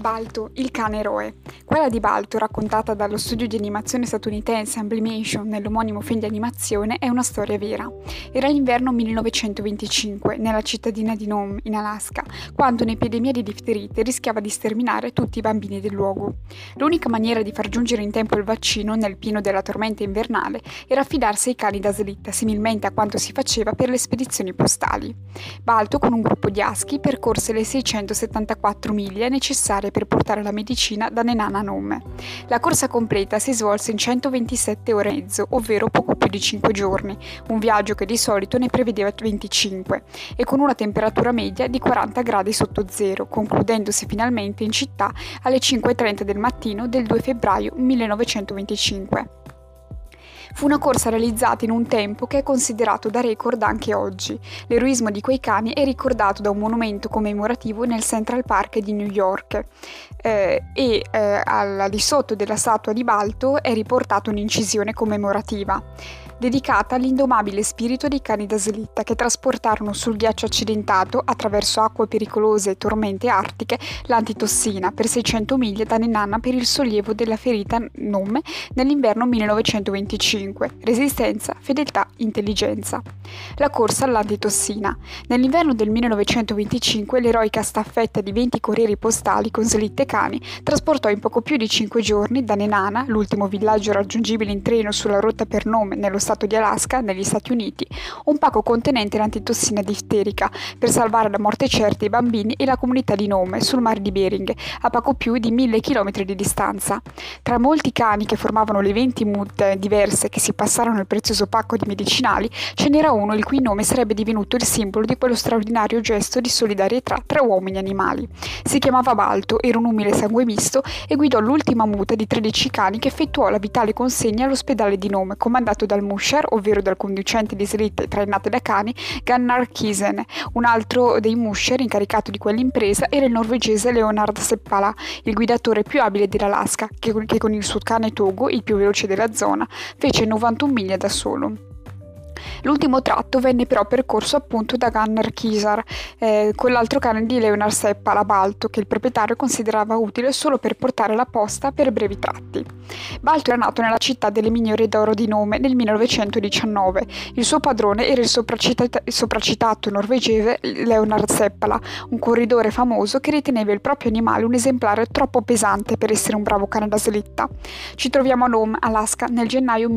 Balto, il cane eroe. Quella di Balto, raccontata dallo studio di animazione statunitense Amblimation nell'omonimo film di animazione, è una storia vera. Era l'inverno 1925, nella cittadina di Nome, in Alaska, quando un'epidemia di difterite rischiava di sterminare tutti i bambini del luogo. L'unica maniera di far giungere in tempo il vaccino nel pieno della tormenta invernale era affidarsi ai cani da slitta, similmente a quanto si faceva per le spedizioni postali. Balto, con un gruppo di aschi, percorse le 674 miglia necessarie per portare la medicina da Nenana a Nome. La corsa completa si svolse in 127 ore e mezzo, ovvero poco più di 5 giorni, un viaggio che di solito ne prevedeva 25, e con una temperatura media di 40 gradi sotto zero, concludendosi finalmente in città alle 5:30 del mattino del 2 febbraio 1925. Fu una corsa realizzata in un tempo che è considerato da record anche oggi. L'eroismo di quei cani è ricordato da un monumento commemorativo nel Central Park di New York al di sotto della statua di Balto è riportata un'incisione commemorativa dedicata all'indomabile spirito dei cani da slitta che trasportarono sul ghiaccio accidentato, attraverso acque pericolose e tormente artiche, l'antitossina per 600 miglia da Nenana per il sollievo della ferita Nome nell'inverno 1925. Resistenza, fedeltà, intelligenza. La corsa all'antitossina. Nell'inverno del 1925 l'eroica staffetta di 20 corrieri postali con slitte cani trasportò in poco più di 5 giorni da Nenana, l'ultimo villaggio raggiungibile in treno sulla rotta per Nome nello stato di Alaska, negli Stati Uniti, un pacco contenente l'antitossina difterica per salvare la morte certa i bambini e la comunità di Nome sul mare di Bering, a poco più di 1000 km di distanza. Tra molti cani che formavano le 20 mute diverse che si passarono il prezioso pacco di medicinali, ce n'era uno il cui nome sarebbe divenuto il simbolo di quello straordinario gesto di solidarietà tra uomini e animali. Si chiamava Balto, era un umile sangue misto e guidò l'ultima muta di 13 cani che effettuò la vitale consegna all'ospedale di Nome, comandato dal Musher, ovvero dal conducente di slitte trainate da cani, Gunnar Kisen. Un altro dei Musher incaricato di quell'impresa era il norvegese Leonard Seppala, il guidatore più abile dell'Alaska, che con il suo cane Togo, il più veloce della zona, fece 91 miglia da solo. L'ultimo tratto venne però percorso appunto da Gunnar Kisar, quell'altro cane di Leonard Seppala, Balto, che il proprietario considerava utile solo per portare la posta per brevi tratti. Balto era nato nella città delle miniere d'oro di Nome nel 1919. Il suo padrone era il sopracitato norvegese Leonard Seppala, un corridore famoso che riteneva il proprio animale un esemplare troppo pesante per essere un bravo cane da slitta. Ci troviamo a Nome, Alaska, nel gennaio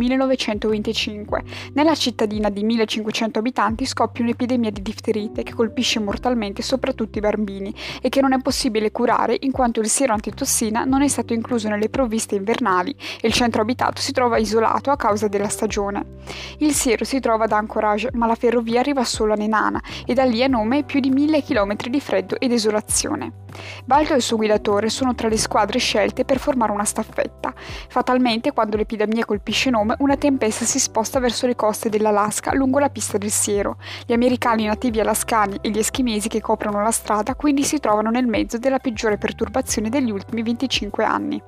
1925. Nella cittadina di 1500 abitanti scoppia un'epidemia di difterite che colpisce mortalmente soprattutto i bambini e che non è possibile curare in quanto il siero antitossina non è stato incluso nelle provviste invernali e il centro abitato si trova isolato a causa della stagione. Il siero si trova ad Anchorage, ma la ferrovia arriva solo a Nenana e da lì a Nome più di 1000 km di freddo e desolazione. Balto e il suo guidatore sono tra le squadre scelte per formare una staffetta. Fatalmente, quando l'epidemia colpisce Nome, una tempesta si sposta verso le coste dell'Alaska lungo la pista del siero. Gli americani nativi alascani e gli eschimesi che coprono la strada quindi si trovano nel mezzo della peggiore perturbazione degli ultimi 25 anni.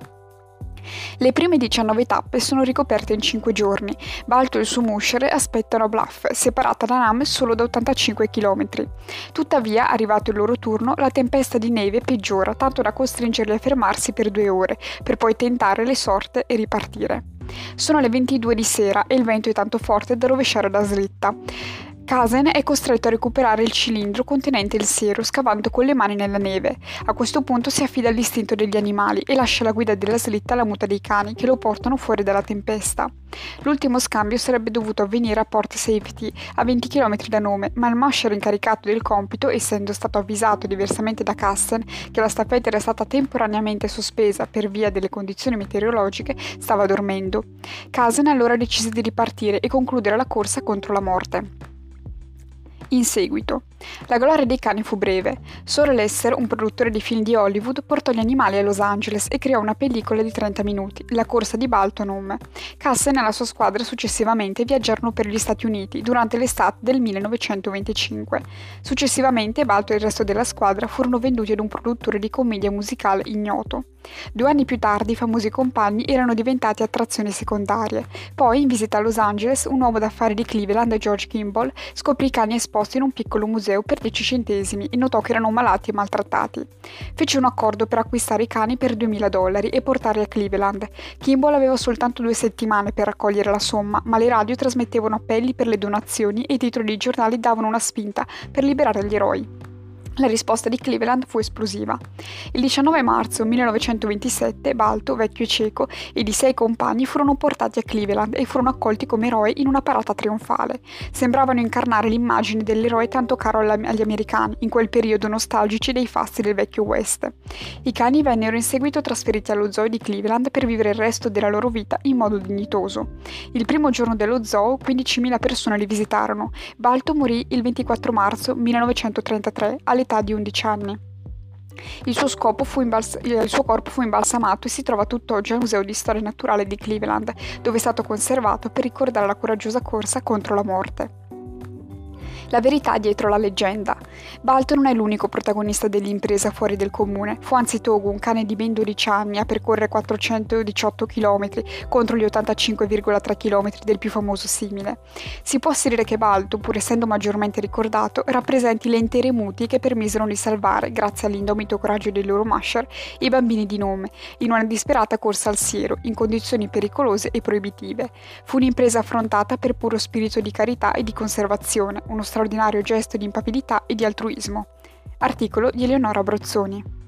Le prime 19 tappe sono ricoperte in 5 giorni. Balto e il suo Musher aspettano a Bluff, separata da Name solo da 85 km. Tuttavia, arrivato il loro turno, la tempesta di neve peggiora tanto da costringerli a fermarsi per 2 ore, per poi tentare le sorte e ripartire. Sono le 22 di sera e il vento è tanto forte da rovesciare da slitta. Kazen è costretto a recuperare il cilindro contenente il siero scavando con le mani nella neve. A questo punto si affida all'istinto degli animali e lascia la guida della slitta alla muta dei cani che lo portano fuori dalla tempesta. L'ultimo scambio sarebbe dovuto avvenire a Port Safety, a 20 km da Nome, ma il Musher incaricato del compito, essendo stato avvisato diversamente da Kassen che la staffetta era stata temporaneamente sospesa per via delle condizioni meteorologiche, stava dormendo. Kassen allora decise di ripartire e concludere la corsa contro la morte. In seguito, la gloria dei cani fu breve. Sora Lesser, un produttore di film di Hollywood, portò gli animali a Los Angeles e creò una pellicola di 30 minuti, La corsa di Balto a Nome. Kassen e la sua squadra successivamente viaggiarono per gli Stati Uniti durante l'estate del 1925. Successivamente Balto e il resto della squadra furono venduti ad un produttore di commedia musicale ignoto. 2 anni più tardi i famosi compagni erano diventati attrazioni secondarie. Poi, in visita a Los Angeles, un uomo d'affari di Cleveland, George Kimball, scoprì i cani esposti esposti in un piccolo museo per 10 centesimi e notò che erano malati e maltrattati. Fece un accordo per acquistare i cani per $2.000 e portarli a Cleveland. Kimball aveva soltanto 2 settimane per raccogliere la somma, ma le radio trasmettevano appelli per le donazioni e i titoli dei giornali davano una spinta per liberare gli eroi. La risposta di Cleveland fu esplosiva. Il 19 marzo 1927 Balto, vecchio e cieco, ed i 6 compagni furono portati a Cleveland e furono accolti come eroi in una parata trionfale. Sembravano incarnare l'immagine dell'eroe tanto caro agli americani, in quel periodo nostalgici dei fasti del vecchio West. I cani vennero in seguito trasferiti allo zoo di Cleveland per vivere il resto della loro vita in modo dignitoso. Il primo giorno dello zoo 15.000 persone li visitarono. Balto morì il 24 marzo 1933 all'età di 11 anni. Il suo corpo fu imbalsamato e si trova tutt'oggi al Museo di Storia Naturale di Cleveland, dove è stato conservato per ricordare la coraggiosa corsa contro la morte. La verità dietro la leggenda. Balto non è l'unico protagonista dell'impresa fuori del comune. Fu anzi Togo, un cane di ben 12 anni, a percorrere 418 km contro gli 85,3 km del più famoso simile. Si può asserire che Balto, pur essendo maggiormente ricordato, rappresenti le intere muti che permisero di salvare, grazie all'indomito coraggio dei loro masher, i bambini di nome, in una disperata corsa al siero, in condizioni pericolose e proibitive. Fu un'impresa affrontata per puro spirito di carità e di conservazione, uno straordinario gesto di impabilità e di altruismo. Articolo di Eleonora Brozzoni.